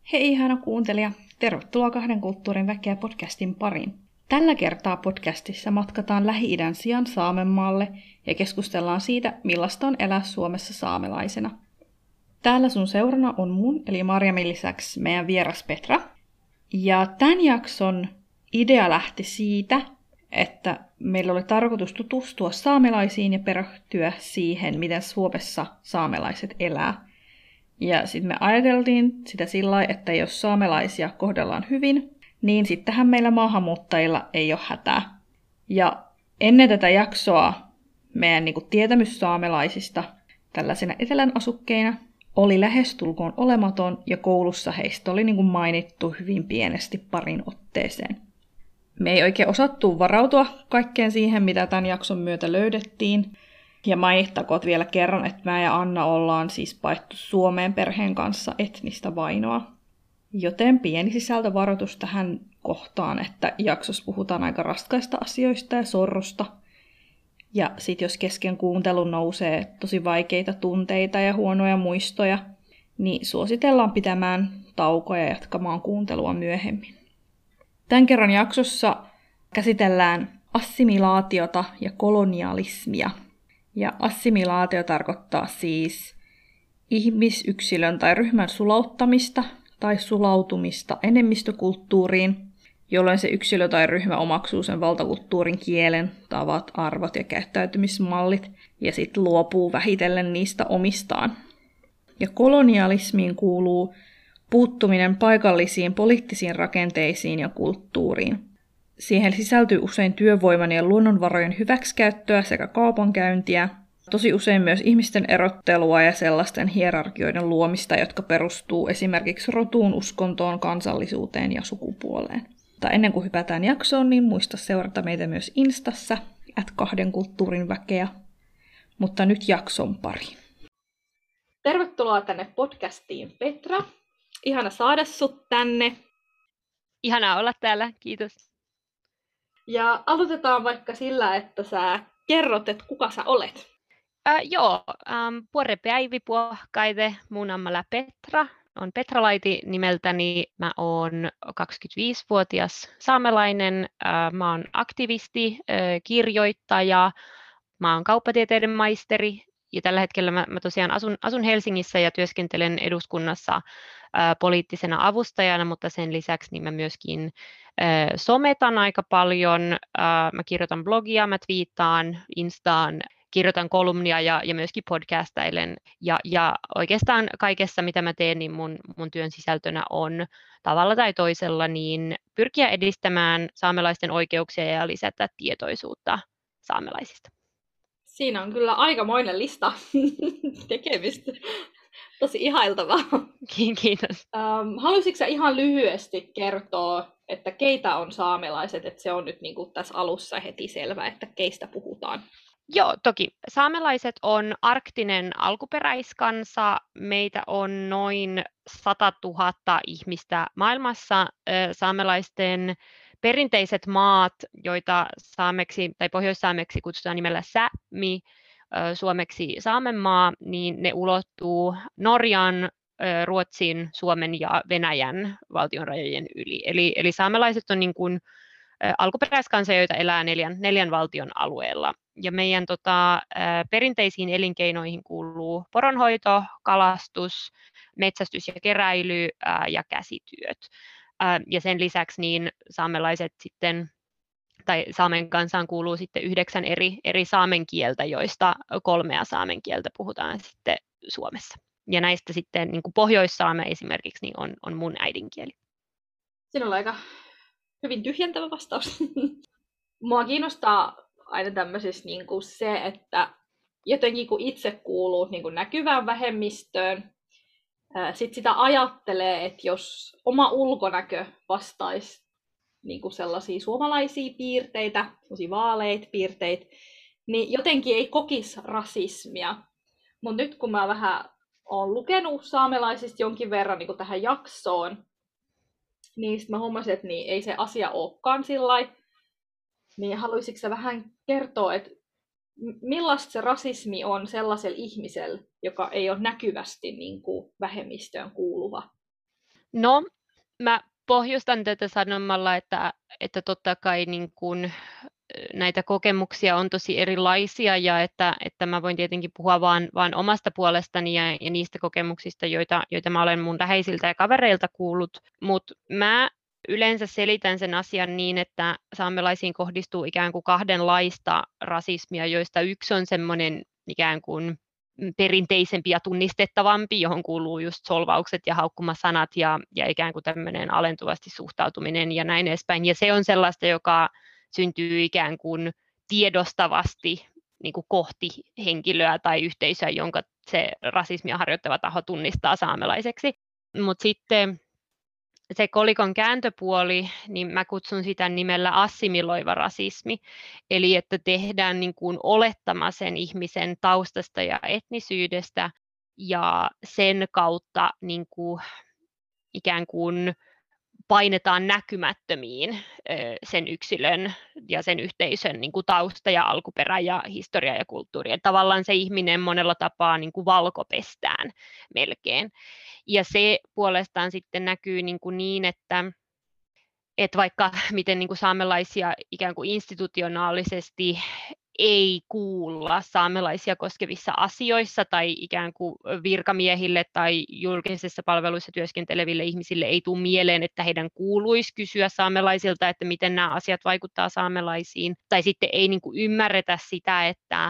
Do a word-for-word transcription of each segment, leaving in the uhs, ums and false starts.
Hei ihana kuuntelija, tervetuloa Kahden kulttuurin väkeä podcastin pariin. Tällä kertaa podcastissa matkataan Lähi-idän sijaan Saamenmaalle ja keskustellaan siitä, millaista on elää Suomessa saamelaisena. Täällä sun seurana on mun, eli Marjamin lisäksi meidän vieras Petra. Ja tämän jakson idea lähti siitä, että meillä oli tarkoitus tutustua saamelaisiin ja perehtyä siihen, miten Suomessa saamelaiset elää. Ja sitten me ajateltiin sitä sillä lailla, että jos saamelaisia kohdellaan hyvin, niin sittenhän meillä maahanmuuttajilla ei ole hätää. Ja ennen tätä jaksoa meidän niin kuin, tietämys saamelaisista tällaisena etelän asukkeina oli lähestulkoon olematon, ja koulussa heistä oli niin kuin, mainittu hyvin pienesti parin otteeseen. Me ei oikein osattu varautua kaikkeen siihen, mitä tämän jakson myötä löydettiin. Ja mainittakoon vielä kerran, että mä ja Anna ollaan siis paettu Suomeen perheen kanssa etnistä vainoa. Joten pieni sisältövaroitus tähän kohtaan, että jaksossa puhutaan aika raskaista asioista ja sorrosta. Ja sit jos kesken kuuntelun nousee tosi vaikeita tunteita ja huonoja muistoja, niin suositellaan pitämään taukoja ja jatkamaan kuuntelua myöhemmin. Tämän kerran jaksossa käsitellään assimilaatiota ja kolonialismia. Ja assimilaatio tarkoittaa siis ihmisyksilön tai ryhmän sulauttamista tai sulautumista enemmistökulttuuriin, jolloin se yksilö tai ryhmä omaksuu sen valtakulttuurin kielen, tavat, arvot ja käyttäytymismallit ja sitten luopuu vähitellen niistä omistaan. Ja kolonialismiin kuuluu puuttuminen paikallisiin poliittisiin rakenteisiin ja kulttuuriin. Siihen sisältyy usein työvoiman ja luonnonvarojen hyväksikäyttöä sekä kaupankäyntiä, tosi usein myös ihmisten erottelua ja sellaisten hierarkioiden luomista, jotka perustuu esimerkiksi rotuun, uskontoon, kansallisuuteen ja sukupuoleen. Tai ennen kuin hypätään jaksoon, niin muista seurata meitä myös Instassa, at kahden kulttuurin väkeä. Mutta nyt jakson pari. Tervetuloa tänne podcastiin, Petra. Ihana saada sut tänne. Ihanaa olla täällä, kiitos. Ja aloitetaan vaikka sillä, että sä kerrot, että kuka sä olet. Äh, joo, ähm, puore päivi puohkaite, mun ammala Petra. On Petra Laiti nimeltäni, mä oon kaksikymmentäviisivuotias saamelainen, äh, mä oon aktivisti, äh, kirjoittaja, mä oon kauppatieteiden maisteri ja tällä hetkellä mä, mä tosiaan asun, asun Helsingissä ja työskentelen eduskunnassa äh, poliittisena avustajana, mutta sen lisäksi niin mä myöskin äh, sometan aika paljon, äh, mä kirjoitan blogia, mä twiittaan, instaan, kirjoitan kolumnia ja, ja myöskin podcastailen. Ja, ja oikeastaan kaikessa, mitä mä teen, niin mun, mun työn sisältönä on tavalla tai toisella niin pyrkiä edistämään saamelaisten oikeuksia ja lisätä tietoisuutta saamelaisista. Siinä on kyllä aikamoinen lista tekemistä. Tosi ihailtavaa. Kiitos. Um, haluaisitko sä ihan lyhyesti kertoa, että keitä on saamelaiset, että se on nyt niin kuin tässä alussa heti selvä, että keistä puhutaan? Joo, toki. Saamelaiset on arktinen alkuperäiskansa. Meitä on noin satatuhatta ihmistä maailmassa. Saamelaisten perinteiset maat, joita saameksi tai pohjoissaameksi kutsutaan nimellä Sápmi, suomeksi Saamenmaa, niin ne ulottuu Norjan, Ruotsin, Suomen ja Venäjän valtionrajojen yli. Eli, eli saamelaiset on niin kuin alkuperäiskansa, joita elää neljän, neljän valtion alueella. Ja meidän tota, perinteisiin elinkeinoihin kuuluu poronhoito, kalastus, metsästys ja keräily ja käsityöt. Ja sen lisäksi niin saamelaiset sitten, tai saamen kansaan kuuluu sitten yhdeksän eri, eri saamen kieltä, joista kolmea saamen kieltä puhutaan sitten Suomessa. Ja näistä sitten niin kuin pohjoissaame esimerkiksi niin on, on mun äidinkieli. Siinä on aika hyvin tyhjentävä vastaus. Mua kiinnostaa aina tämmöisessä niin kuin se, että jotenkin kun itse kuuluu niin kuin näkyvään vähemmistöön, sitten sitä ajattelee, että jos oma ulkonäkö vastaisi niin kuin sellaisia suomalaisia piirteitä, sellaisia vaaleita piirteitä, niin jotenkin ei kokisi rasismia. Mutta nyt kun mä vähän olen lukenut saamelaisista jonkin verran niin kuin tähän jaksoon, niin sitten mä huomasin, että niin, ei se asia olekaan sillai. Niin haluaisitko sä vähän kertoa, että millaista se rasismi on sellaisella ihmisellä, joka ei ole näkyvästi niin kuin vähemmistöön kuuluva? No, mä pohjustan tätä sanomalla, että, että totta kai niin kun, näitä kokemuksia on tosi erilaisia ja että, että mä voin tietenkin puhua vaan, vaan omasta puolestani ja, ja niistä kokemuksista, joita, joita mä olen mun läheisiltä ja kavereilta kuullut, mutta mä yleensä selitän sen asian niin, että saamelaisiin kohdistuu ikään kuin kahdenlaista rasismia, joista yksi on semmoinen ikään kuin perinteisempi ja tunnistettavampi, johon kuuluu just solvaukset ja haukkumasanat ja, ja ikään kuin tämmöinen alentuvasti suhtautuminen ja näin edespäin. Ja se on sellaista, joka syntyy ikään kuin tiedostavasti niin kuin kohti henkilöä tai yhteisöä, jonka se rasismia harjoittava taho tunnistaa saamelaiseksi. Mutta sitten se kolikon kääntöpuoli, niin mä kutsun sitä nimellä assimiloiva rasismi, eli että tehdään niin kuin olettama sen ihmisen taustasta ja etnisyydestä, ja sen kautta niin kuin ikään kuin painetaan näkymättömiin sen yksilön ja sen yhteisön niin kuin tausta ja alkuperä ja historia ja kulttuuri. Että tavallaan se ihminen monella tapaa niin kuin valkopestään melkein. Ja se puolestaan sitten näkyy niin, kuin niin että, että vaikka miten niin kuin saamelaisia ikään kuin institutionaalisesti ei kuulla saamelaisia koskevissa asioissa tai ikään kuin virkamiehille tai julkisessa palveluissa työskenteleville ihmisille ei tule mieleen, että heidän kuuluisi kysyä saamelaisilta, että miten nämä asiat vaikuttaa saamelaisiin. Tai sitten ei niin kuin ymmärretä sitä, että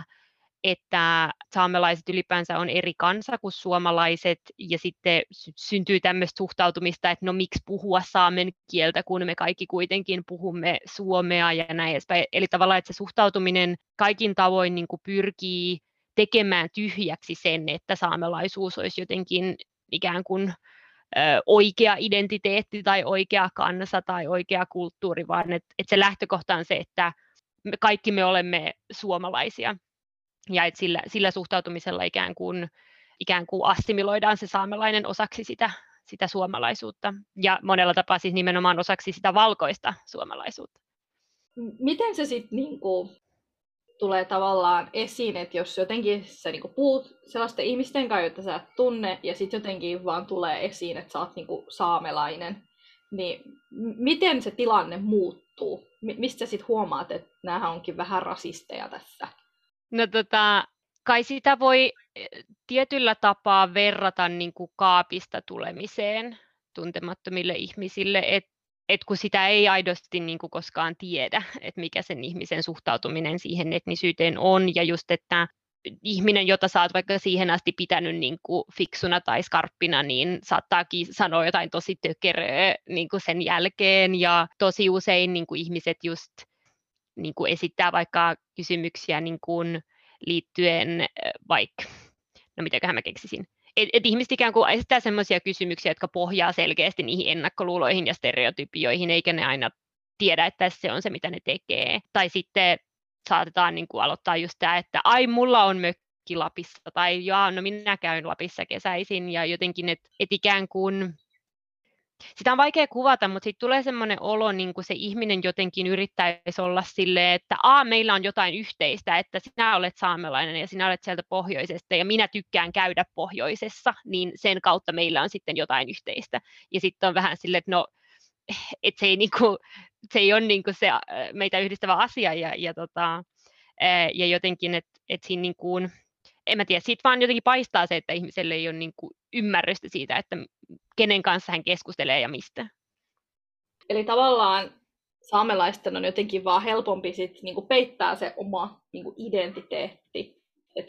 että saamelaiset ylipäänsä on eri kansa kuin suomalaiset, ja sitten syntyy tämmöistä suhtautumista, että no miksi puhua saamen kieltä, kun me kaikki kuitenkin puhumme suomea ja näin edespäin. Eli tavallaan, että se suhtautuminen kaikin tavoin niin kuin pyrkii tekemään tyhjäksi sen, että saamelaisuus olisi jotenkin ikään kuin ö, oikea identiteetti tai oikea kansa tai oikea kulttuuri, vaan että, että se lähtökohta on se, että me kaikki me olemme suomalaisia. Ja että sillä, sillä suhtautumisella ikään kuin, ikään kuin assimiloidaan se saamelainen osaksi sitä, sitä suomalaisuutta. Ja monella tapaa siis nimenomaan osaksi sitä valkoista suomalaisuutta. Miten se sitten niinku tulee tavallaan esiin, että jos jotenkin sä niinku puhut sellaisten ihmisten kanssa, joita sä et tunne, ja sitten jotenkin vaan tulee esiin, että sä oot niinku saamelainen, niin m- miten se tilanne muuttuu? M- mistä sä sitten huomaat, että näähän onkin vähän rasisteja tässä? No tota, kai sitä voi tietyllä tapaa verrata niin kuin kaapista tulemiseen tuntemattomille ihmisille, että et kun sitä ei aidosti niin kuin koskaan tiedä, että mikä sen ihmisen suhtautuminen siihen etnisyyteen on, ja just, että ihminen, jota sä oot vaikka siihen asti pitänyt niin kuin fiksuna tai skarppina, niin saattaakin sanoa jotain tosi tökeröä niin kuin sen jälkeen, ja tosi usein niin kuin ihmiset just niin kuin esittää vaikka kysymyksiä niin kuin liittyen vaikka, no mitäköhän mä keksisin, että et ihmiset ikään kuin esittää sellaisia kysymyksiä, jotka pohjaa selkeästi niihin ennakkoluuloihin ja stereotypioihin, eikä ne aina tiedä, että se on se, mitä ne tekee. Tai sitten saatetaan niin kuin aloittaa just tämä, että ai, mulla on mökki Lapissa, tai jaa, no minä käyn Lapissa kesäisin, ja jotenkin, että et ikään kuin sitä on vaikea kuvata, mutta sitten tulee semmoinen olo, niin kuin se ihminen jotenkin yrittäisi olla silleen, että a, meillä on jotain yhteistä, että sinä olet saamelainen ja sinä olet sieltä pohjoisesta ja minä tykkään käydä pohjoisessa, niin sen kautta meillä on sitten jotain yhteistä. Ja sitten on vähän silleen, että no, että se ei, niinku, se ei ole niinku se meitä yhdistävä asia ja, ja, tota, ja jotenkin, että et siinä niinku, en mä tiedä, siitä vaan jotenkin paistaa se, että ihmiselle ei ole niinku ymmärrystä siitä, että kenen kanssa hän keskustelee ja mistä. Eli tavallaan saamelaisten on jotenkin vaan helpompi sit niinku peittää se oma niinku identiteetti. Että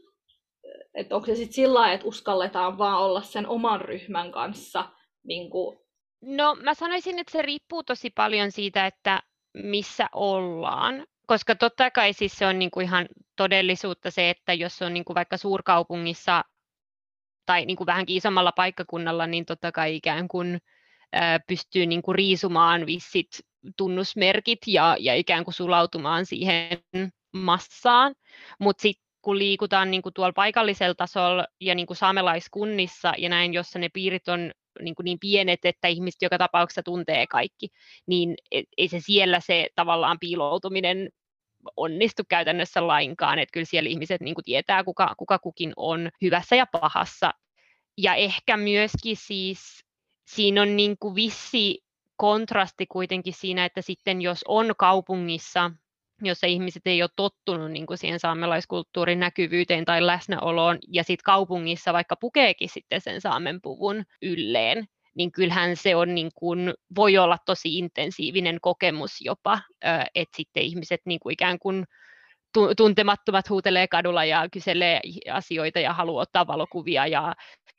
et onko se sitten sillä lailla, että uskalletaan vaan olla sen oman ryhmän kanssa? Niinku... No mä sanoisin, että se riippuu tosi paljon siitä, että missä ollaan. Koska totta kai siis se on niinku ihan todellisuutta se, että jos on niinku vaikka suurkaupungissa tai niinku vähänkin isommalla paikkakunnalla, niin totta kai ikään kuin ää, pystyy niinku riisumaan vissit tunnusmerkit ja, ja ikään kuin sulautumaan siihen massaan. Mutta sitten kun liikutaan niinku tuolla paikallisella tasolla ja niinku saamelaiskunnissa ja näin, jossa ne piirit on niin, niin pienet, että ihmiset joka tapauksessa tuntee kaikki, niin ei se siellä se tavallaan piiloutuminen onnistu käytännössä lainkaan, että kyllä siellä ihmiset niin kuin tietää, kuka, kuka kukin on hyvässä ja pahassa. Ja ehkä myöskin siis siinä on niin kuin vissi kontrasti kuitenkin siinä, että sitten jos on kaupungissa, jossa ihmiset ei ole tottunut niin kuin siihen saamelaiskulttuurin näkyvyyteen tai läsnäoloon, ja sitten kaupungissa vaikka pukeekin sitten sen saamenpuvun ylleen, niin kyllähän se on niin kuin, voi olla tosi intensiivinen kokemus jopa, että sitten ihmiset niin kuin ikään kuin tuntemattomat huutelee kadulla ja kyselee asioita ja haluaa ottaa valokuvia ja,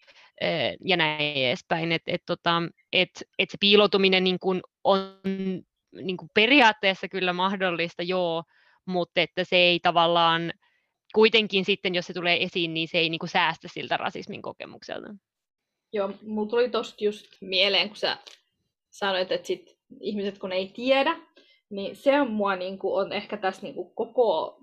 ja näin edespäin. Että et, tota, et, et se piiloutuminen niin kuin on niin kuin periaatteessa kyllä mahdollista, joo, mutta että se ei tavallaan kuitenkin sitten, jos se tulee esiin, niin se ei niin kuin säästä siltä rasismin kokemukselta. Joo, mulla tuli tosta just mieleen, kun sä sanoit, että sit ihmiset kun ei tiedä, niin se on mua niin kuin, on ehkä tässä niin kuin koko...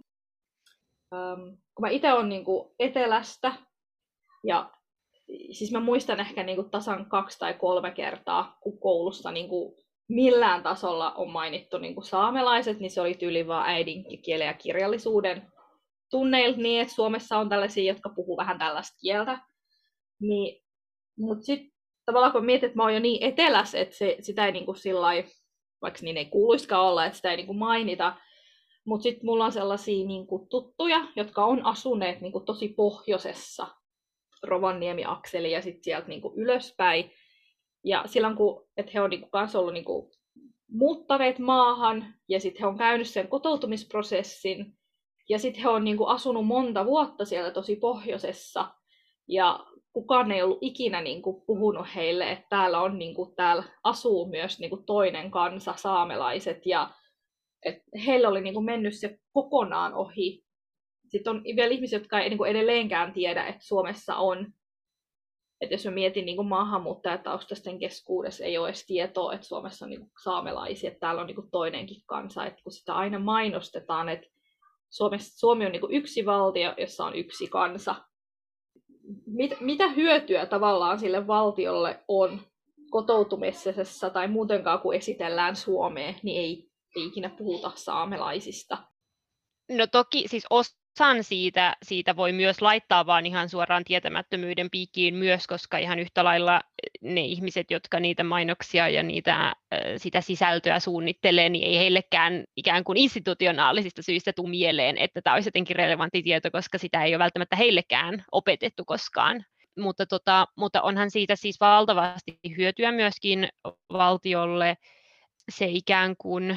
Um, kun mä itse olen niin kuin etelästä, ja siis mä muistan ehkä niin kuin tasan kaksi tai kolme kertaa, kun koulussa niin kuin millään tasolla on mainittu niin kuin saamelaiset, niin se oli tyyli vaan äidinkielen ja kirjallisuuden tunneilta, niin että Suomessa on tällaisia, jotka puhuu vähän tällaista kieltä. Niin, mutta sitten tavallaan kun mietit, että mä oon jo niin etelässä, että se, sitä ei niin kuin sillai, vaikka niin ei kuuluisikaan olla, että sitä ei niin kuin mainita, mutta sitten mulla on sellaisia niin kuin tuttuja, jotka on asuneet niin kuin tosi pohjoisessa, Rovaniemi-akseli ja sitten sieltä niin kuin ylöspäin. Ja silloin kun että he on niin kuin kanssa ollut niin kuin muuttaneet maahan ja sitten he on käynyt sen kotoutumisprosessin ja sitten he on niin kuin asunut monta vuotta siellä tosi pohjoisessa ja kukaan ei ollut ikinä niin kuin puhunut heille, että täällä, on, niin kuin, täällä asuu myös niin kuin toinen kansa, saamelaiset, ja että heillä oli niin kuin mennyt se kokonaan ohi. Sitten on vielä ihmisiä, jotka ei niin kuin edelleenkään tiedä, että Suomessa on. Että jos mä mietin niin kuin maahanmuuttajataustaisten keskuudessa, ei ole edes tietoa, että Suomessa on niin kuin saamelaisia, että täällä on niin kuin toinenkin kansa. Että kun sitä aina mainostetaan, että Suomessa, Suomi on niin kuin yksi valtio, jossa on yksi kansa. Mit, mitä hyötyä tavallaan sille valtiolle on kotoutumisessa tai muutenkaan, kun esitellään Suomea, niin ei, ei ikinä puhuta saamelaisista? No toki siis osan siitä, siitä voi myös laittaa vaan ihan suoraan tietämättömyyden piikkiin myös, koska ihan yhtä lailla ne ihmiset, jotka niitä mainoksia ja niitä, sitä sisältöä suunnittelee, niin ei heillekään ikään kuin institutionaalisista syistä tule mieleen, että tämä olisi jotenkin relevantti tieto, koska sitä ei ole välttämättä heillekään opetettu koskaan. Mutta, tota, mutta onhan siitä siis valtavasti hyötyä myöskin valtiolle se ikään kuin...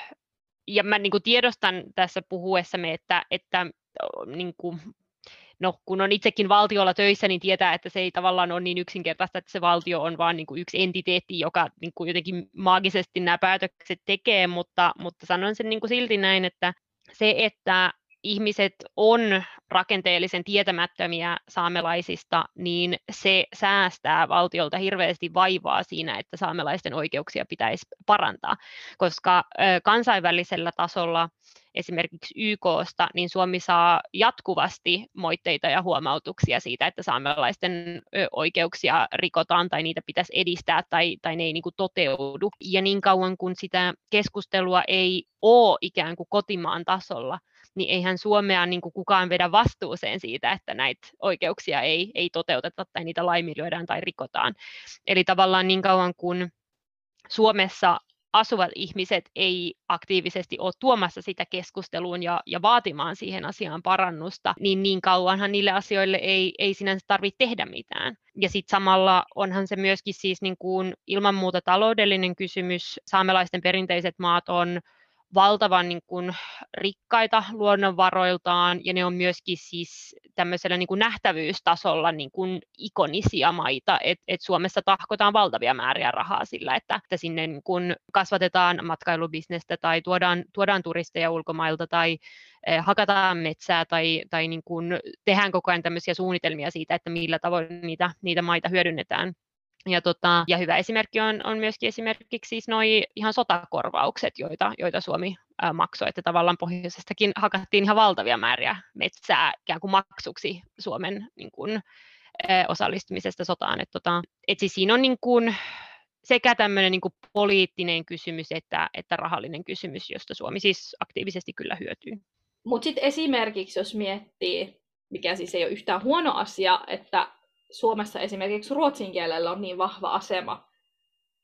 Ja mä niin kuin tiedostan tässä puhuessamme, että, että niin kuin, no, kun on itsekin valtiolla töissä, niin tietää, että se ei tavallaan ole niin yksinkertaista, että se valtio on vain niin kuin yksi entiteetti, joka niin kuin jotenkin maagisesti nämä päätökset tekee, mutta, mutta sanon sen niin kuin silti näin, että se, että ihmiset on rakenteellisen tietämättömiä saamelaisista, niin se säästää valtiolta hirveästi vaivaa siinä, että saamelaisten oikeuksia pitäisi parantaa, koska kansainvälisellä tasolla esimerkiksi Y K:sta, niin Suomi saa jatkuvasti moitteita ja huomautuksia siitä, että saamelaisten oikeuksia rikotaan tai niitä pitäisi edistää tai, tai ne ei niin kuin toteudu. Ja niin kauan kun sitä keskustelua ei ole ikään kuin kotimaan tasolla, niin eihän Suomea niin kuin kukaan vedä vastuuseen siitä, että näitä oikeuksia ei, ei toteuteta tai niitä laiminlyödään tai rikotaan. Eli tavallaan niin kauan kun Suomessa asuvat ihmiset ei aktiivisesti ole tuomassa sitä keskusteluun ja, ja vaatimaan siihen asiaan parannusta, niin niin kauanhan niille asioille ei, ei sinänsä tarvitse tehdä mitään. Ja sitten samalla onhan se myöskin siis niin kuin ilman muuta taloudellinen kysymys. Saamelaisten perinteiset maat on valtavan niin kuin rikkaita luonnonvaroiltaan, ja ne on myöskin siis tämmöisellä niin kuin nähtävyystasolla niin kuin ikonisia maita, että et Suomessa tahkotaan valtavia määriä rahaa sillä, että, että sinne niin kuin kasvatetaan matkailubisnestä tai tuodaan, tuodaan turisteja ulkomailta tai eh, hakataan metsää tai, tai niin kuin tehdään koko ajan tämmöisiä suunnitelmia siitä, että millä tavoin niitä, niitä maita hyödynnetään. Ja, tota, ja hyvä esimerkki on, on myöskin esimerkiksi siis noi ihan sotakorvaukset, joita, joita Suomi ää, maksoi, että tavallaan pohjoisestakin hakattiin ihan valtavia määriä metsää ikään kuin maksuksi Suomen niin kuin, ää, osallistumisesta sotaan. Et, tota, et siis siinä on niin kuin sekä tämmöinen niin kuin poliittinen kysymys että, että rahallinen kysymys, josta Suomi siis aktiivisesti kyllä hyötyy. Mutta sitten esimerkiksi, jos miettii, mikä siis ei ole yhtään huono asia, että Suomessa esimerkiksi ruotsin kielellä on niin vahva asema,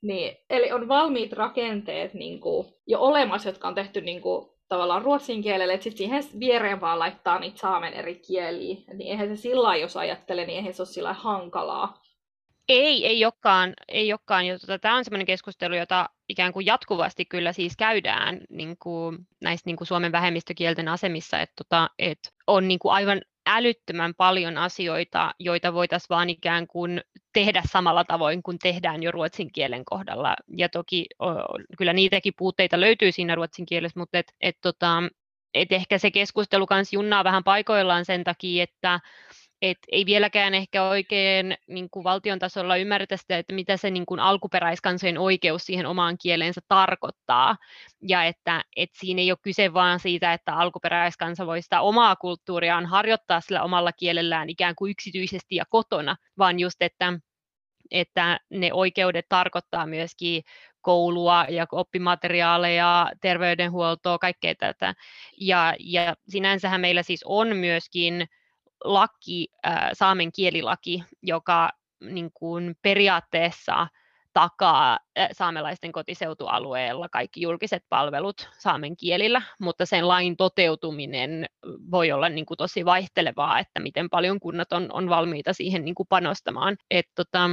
Niin, eli on valmiit rakenteet niin kuin, jo olemassa, jotka on tehty niin kuin, tavallaan ruotsin kielelle, että sitten siihen viereen vaan laittaa niitä saamen eri kieliä. Niin eihän se sillä lailla, jos ajattelee, niin eihän se ole sillä lailla hankalaa. Ei, ei olekaan. Ei olekaan. Ja tota, tämä on sellainen keskustelu, jota ikään kuin jatkuvasti kyllä siis käydään niin kuin näistä niin kuin Suomen vähemmistökielten asemissa, että tota, et on niin kuin aivan älyttömän paljon asioita, joita voitaisiin vaan ikään kuin tehdä samalla tavoin kuin tehdään jo ruotsin kielen kohdalla. Ja toki o, kyllä niitäkin puutteita löytyy siinä ruotsin kielessä, mutta et, et tota, et ehkä se keskustelu kanssa junnaa vähän paikoillaan sen takia, että et ei vieläkään ehkä oikein niin kuin valtion tasolla ymmärretä sitä, että mitä se niin kuin alkuperäiskansojen oikeus siihen omaan kieleensä tarkoittaa. Ja että et siinä ei ole kyse vaan siitä, että alkuperäiskansa voi sitä omaa kulttuuriaan harjoittaa sillä omalla kielellään ikään kuin yksityisesti ja kotona, vaan just, että, että ne oikeudet tarkoittaa myöskin koulua ja oppimateriaaleja, terveydenhuoltoa, kaikkea tätä. Ja, ja sinänsähän meillä siis on myöskin laki, äh, saamen kielilaki, joka niin kuin periaatteessa takaa äh, saamelaisten kotiseutualueella kaikki julkiset palvelut saamen kielillä, mutta sen lain toteutuminen voi olla niin kuin tosi vaihtelevaa, että miten paljon kunnat on, on valmiita siihen niin kuin panostamaan. Et, tota,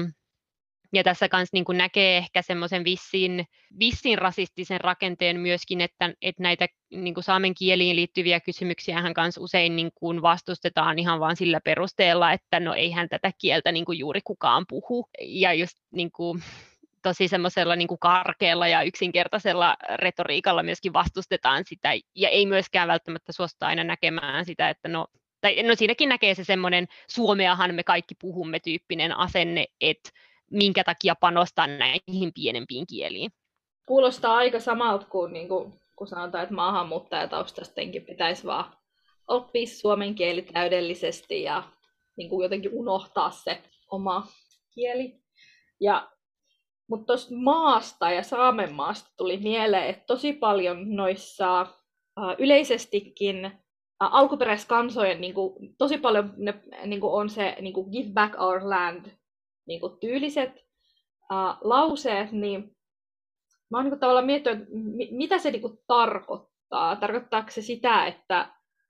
ja tässä kanssa niin kuin näkee ehkä semmoisen vissiin, vissiin rasistisen rakenteen myöskin, että, että näitä niin kuin saamen kieliin liittyviä kysymyksiähän kanssa usein niin kuin vastustetaan ihan vain sillä perusteella, että no eihän tätä kieltä niin kuin juuri kukaan puhu. Ja just niin kuin, tosi semmoisella niin kuin karkealla ja yksinkertaisella retoriikalla myöskin vastustetaan sitä, ja ei myöskään välttämättä suosta aina näkemään sitä, että no, tai no siinäkin näkee se semmoinen suomeahan me kaikki puhumme -tyyppinen asenne, että minkä takia panostaa näihin pienempiin kieliin. Kuulostaa aika samalta kuin, niin kuin kun sanotaan, että maahanmuuttajataustastenkin pitäisi vaan oppia suomen kieli täydellisesti ja niin kuin jotenkin unohtaa se oma kieli. Ja, mutta tuosta maasta ja Saamen maasta tuli mieleen, että tosi paljon noissa äh, yleisestikin äh, alkuperäiskansojen niin kuin, tosi paljon ne, niin kuin on se niin kuin give back our land niin kuin tyyliset äh, lauseet, niin mä oon niin tavallaan miettinyt, että mitä se niin tarkoittaa. Tarkoittaako se sitä, että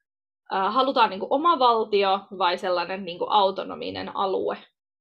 äh, halutaan niin oma valtio vai sellainen niin autonominen alue?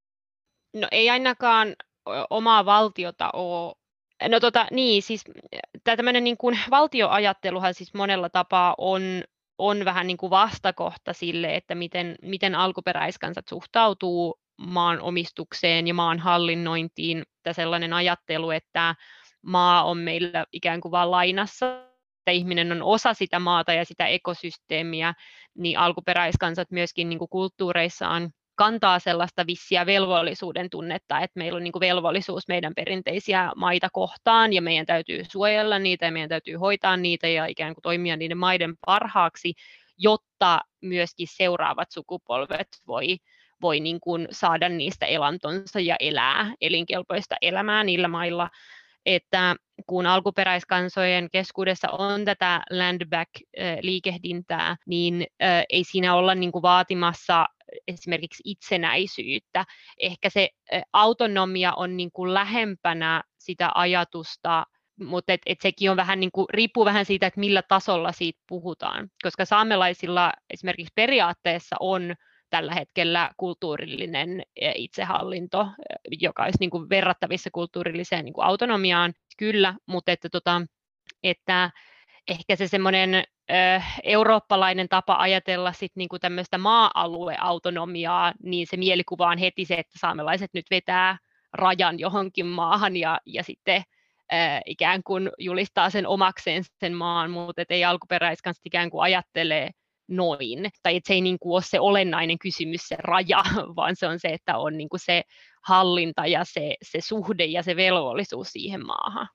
No ei ainakaan omaa valtiota ole. No tota, niin, siis tämä tämmöinen niin kuin valtioajatteluhan siis monella tapaa on, on vähän niin kuin vastakohta sille, että miten, miten alkuperäiskansat suhtautuu maan omistukseen ja maan hallinnointiin. Tämä sellainen ajattelu, että maa on meillä ikään kuin vain lainassa, että ihminen on osa sitä maata ja sitä ekosysteemiä, niin alkuperäiskansat myöskin niin kuin kulttuureissaan kantaa sellaista vissiä velvollisuuden tunnetta, että meillä on niin kuin velvollisuus meidän perinteisiä maita kohtaan ja meidän täytyy suojella niitä ja meidän täytyy hoitaa niitä ja ikään kuin toimia niiden maiden parhaaksi, jotta myöskin seuraavat sukupolvet voi, voi niin kuin saada niistä elantonsa ja elää elinkelpoista elämää niillä mailla. Että kun alkuperäiskansojen keskuudessa on tätä land back-liikehdintää, niin ei siinä olla niin kuin vaatimassa esimerkiksi itsenäisyyttä. Ehkä se autonomia on niin kuin lähempänä sitä ajatusta, mutta et, et sekin on vähän niin kuin, riippuu vähän siitä, että millä tasolla siitä puhutaan. Koska saamelaisilla esimerkiksi periaatteessa on tällä hetkellä kulttuurillinen itsehallinto, joka olisi niin kuin verrattavissa kulttuurilliseen niin kuin autonomiaan, kyllä, mutta että, tota, että ehkä se semmoinen ö, eurooppalainen tapa ajatella sit niin kuin tämmöistä maa-alueautonomiaa, niin se mielikuva on heti se, että saamelaiset nyt vetää rajan johonkin maahan ja, ja sitten ö, ikään kuin julistaa sen omakseen sen maan, mutta ei alkuperäiskansat ikään kuin ajattelee noin, tai että se ei niin kuin ole se olennainen kysymys, se raja, vaan se on se, että on niin kuin se hallinta ja se, se suhde ja se velvollisuus siihen maahan.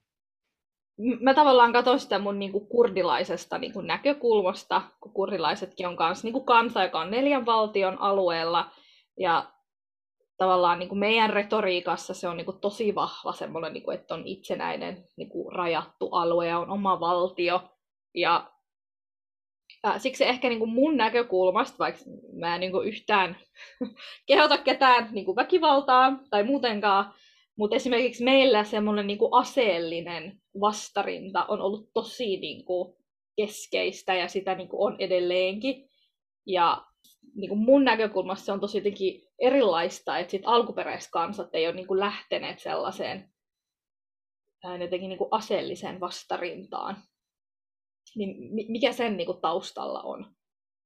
Mä tavallaan katson sitä mun niin kuin kurdilaisesta niin kuin näkökulmasta, kun kurdilaisetkin on kans, niin kuin kansa, joka on neljän valtion alueella, ja tavallaan niin kuin meidän retoriikassa se on niin kuin tosi vahva semmoinen, niin kuin, että on itsenäinen niin kuin rajattu alue ja on oma valtio, ja Äh, siksi ehkä niin kuin mun näkökulmasta, vaikka mä en niin kuin yhtään kehota ketään niin kuin väkivaltaa tai muutenkaan, Mutta esimerkiksi meillä semmoinen niinku aseellinen vastarinta on ollut tosi niinku keskeistä ja sitä niinku on edelleenkin. Ja niinku mun näkökulmasta se on tosi jotenkin erilaista, että sit alkuperäiskansat ei ole niinku lähteneet sellaiseen jotenkin niinku aseelliseen vastarintaan. Niin mikä sen niinku taustalla on?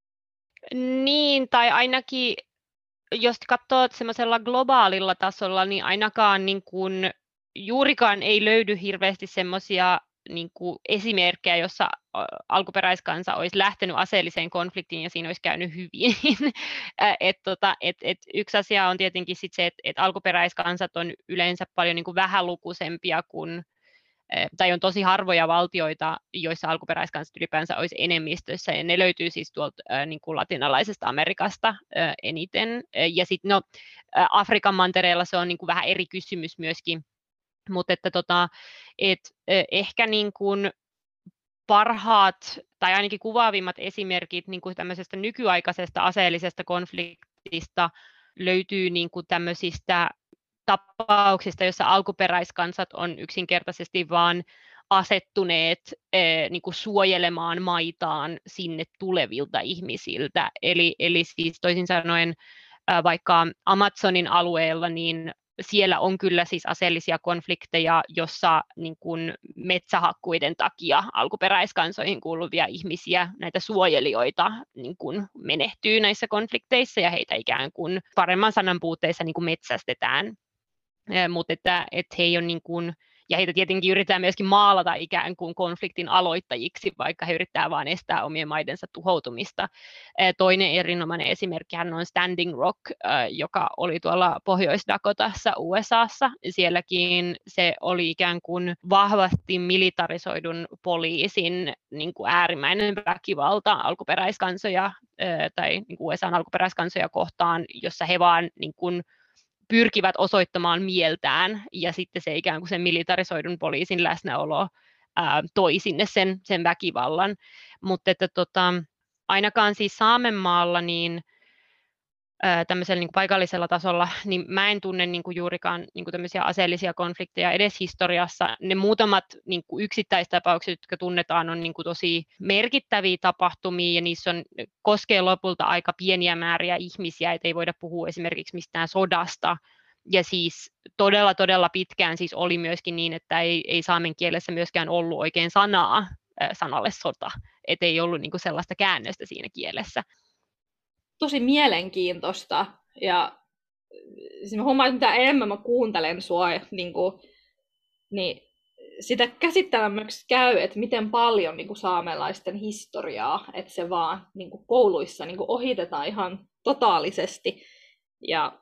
Niin, tai ainakin jos katsoo semmoisella globaalilla tasolla, niin ainakaan niin kuin, juurikaan ei löydy hirveästi semmoisia niin kuin esimerkkejä, jossa alkuperäiskansa olisi lähtenyt aseelliseen konfliktiin ja siinä olisi käynyt hyvin. et, tota, et, et yksi asia on tietenkin sit se, että et alkuperäiskansat on yleensä paljon niin kuin vähälukuisempia kuin tai on tosi harvoja valtioita, joissa alkuperäiskansat ylipäänsä olisi enemmistössä, ja ne löytyy siis tuolta äh, niin kuin latinalaisesta Amerikasta äh, eniten. Ja sitten no, äh, Afrikan mantereella se on niin kuin vähän eri kysymys myöskin, mutta että tota, et, äh, ehkä niin kuin parhaat tai ainakin kuvaavimmat esimerkit niin kuin tämmöisestä nykyaikaisesta aseellisesta konfliktista löytyy niin kuin tämmöisistä tapauksista, joissa alkuperäiskansat on yksinkertaisesti vaan asettuneet eh, niin kuin suojelemaan maitaan sinne tulevilta ihmisiltä. Eli, eli siis toisin sanoen äh, vaikka Amazonin alueella, niin siellä on kyllä siis aseellisia konflikteja, jossa niin kuin metsähakkuiden takia alkuperäiskansoihin kuuluvia ihmisiä, näitä suojelijoita, niin kuin menehtyy näissä konflikteissa ja heitä ikään kuin paremman sanan puutteissa niin kuin metsästetään. Mutta että, että he ei ole niin kuin, ja heitä tietenkin yritetään myöskin maalata ikään kuin konfliktin aloittajiksi, vaikka he yrittävät vain estää omien maidensa tuhoutumista. Toinen erinomainen esimerkkihän on Standing Rock, joka oli tuolla Pohjois-Dakotassa U S A:ssa. Sielläkin se oli ikään kuin vahvasti militarisoidun poliisin niin kuin äärimmäinen väkivalta alkuperäiskansoja tai niin kuin U S A:n alkuperäiskansoja kohtaan, jossa he vaan niin kuin pyrkivät osoittamaan mieltään, ja sitten se ikään kuin sen militarisoidun poliisin läsnäolo ää, toi sinne sen, sen väkivallan. Mutta että tota, ainakaan siis Saamenmaalla niin ää, tämmöisellä niin kuin paikallisella tasolla, niin mä en tunne niin kuin juurikaan niin kuin tämmöisiä aseellisia konflikteja edes historiassa. Ne muutamat niin kuin yksittäistapaukset, jotka tunnetaan, on niin kuin tosi merkittäviä tapahtumia, ja niissä on, koskee lopulta aika pieniä määriä ihmisiä, et ei voida puhua esimerkiksi mistään sodasta. Ja siis todella, todella pitkään siis oli myöskin niin, että ei, ei saamen kielessä myöskään ollut oikein sanaa ää, sanalle sota, et ei ollut niin kuin sellaista käännöstä siinä kielessä. Tosi mielenkiintoista, ja siis mä huomaan, että mitä enemmän mä kuuntelen sua, niin, kuin, niin sitä käsittävämmäksi käy, että miten paljon niin kuin saamelaisten historiaa, että se vaan niin kuin kouluissa niin kuin ohitetaan ihan totaalisesti. Ja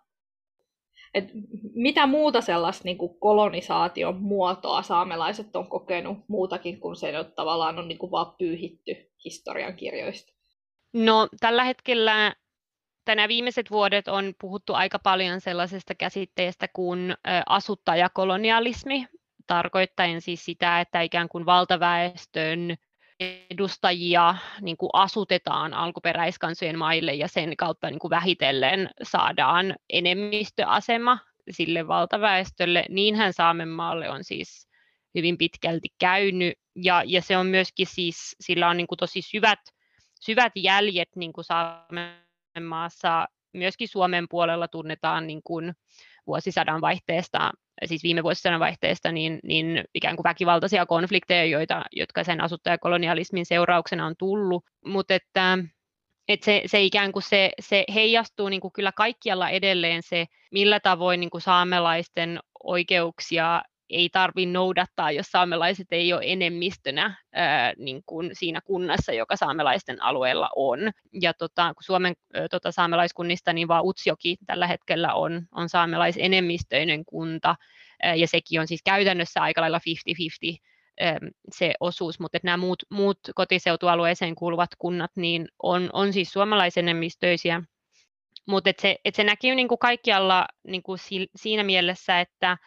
et mitä muuta sellaista niin kuin kolonisaation muotoa saamelaiset on kokenut muutakin kuin se, että tavallaan on niin kuin vaan pyyhitty historiankirjoista? No tällä hetkellä tänä viimeiset vuodet on puhuttu aika paljon sellaisesta käsitteestä kuin asuttajakolonialismi, tarkoittaen siis sitä, että ikään kuin valtaväestön edustajia niin kuin asutetaan alkuperäiskansojen maille ja sen kautta niin kuin vähitellen saadaan enemmistöasema sille valtaväestölle. Niinhän Saamenmaalle on siis hyvin pitkälti käynyt, ja, ja se on myöskin siis, sillä on niin kuin tosi syvät, syvät jäljet niin kuin Saamenmaassa. Myöskin Suomen puolella tunnetaan niin kuin vuosisadan vaihteesta, siis viime vuosisadan vaihteesta, niin, niin ikään kuin väkivaltaisia konflikteja, joita, jotka sen asuttajakolonialismin seurauksena on tullut, mutta että, että se, se ikään kuin se, se heijastuu niin kuin kyllä kaikkialla edelleen se, millä tavoin niin kuin saamelaisten oikeuksia ei tarvitse noudattaa, jos saamelaiset ei ole enemmistönä ää, niin kuin siinä kunnassa, joka saamelaisten alueella on. Ja tota, kun Suomen ää, tota, saamelaiskunnista, niin vaan Utsjoki tällä hetkellä on, on saamelaisenemmistöinen kunta, ää, ja sekin on siis käytännössä aika lailla viisikymmentä viisikymmentä ää, se osuus, mutta että nämä muut, muut kotiseutualueeseen kuuluvat kunnat niin on, on siis suomalaisenemmistöisiä. Mutta et se, et se näkyy niinku kaikkialla niinku si, siinä mielessä, että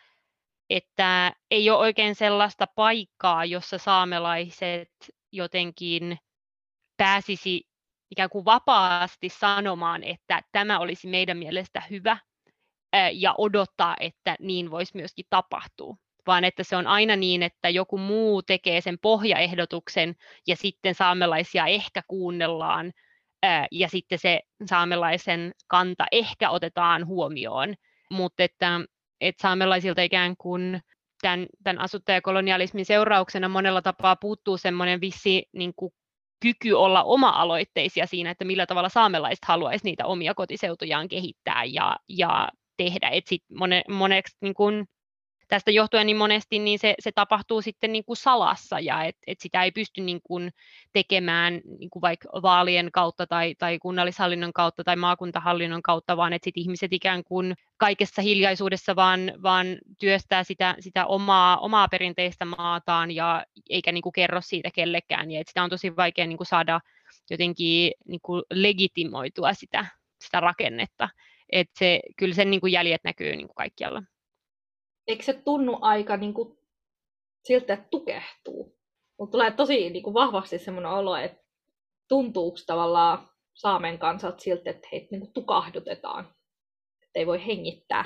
että ei ole oikein sellaista paikkaa, jossa saamelaiset jotenkin pääsisi ikään kuin vapaasti sanomaan, että tämä olisi meidän mielestä hyvä, ja odottaa, että niin voisi myöskin tapahtua, vaan että se on aina niin, että joku muu tekee sen pohjaehdotuksen ja sitten saamelaisia ehkä kuunnellaan ja sitten se saamelaisen kanta ehkä otetaan huomioon, mutta että, että saamelaisilta ikään kuin tämän, tämän asuttajakolonialismin seurauksena monella tapaa puuttuu semmoinen vissi niin kuin kyky olla oma-aloitteisia siinä, että millä tavalla saamelaiset haluaisi niitä omia kotiseutujaan kehittää ja, ja tehdä. Et sit mone, moneksi, niin kun, tästä johtuen niin monesti niin se, se tapahtuu sitten niin kuin salassa ja et, et sitä ei pysty niin kuin tekemään niin kuin vaikka vaalien kautta tai, tai kunnallishallinnon kautta tai maakuntahallinnon kautta, vaan että sit ihmiset ikään kuin kaikessa hiljaisuudessa vaan, vaan työstää sitä, sitä omaa, omaa perinteistä maataan ja eikä niin kuin kerro siitä kellekään. Ja et sitä on tosi vaikea niin kuin saada jotenkin niin kuin legitimoitua sitä, sitä rakennetta. Et se, kyllä sen niin kuin jäljet näkyy niin kuin kaikkialla. Eikö se tunnu aika niin kuin siltä, että tukehtuu? Mutta tulee tosi niin kuin vahvasti semmoinen olo, että tuntuuko tavallaan saamen kansat siltä, että heitä niin kuin tukahdutetaan, että ei voi hengittää?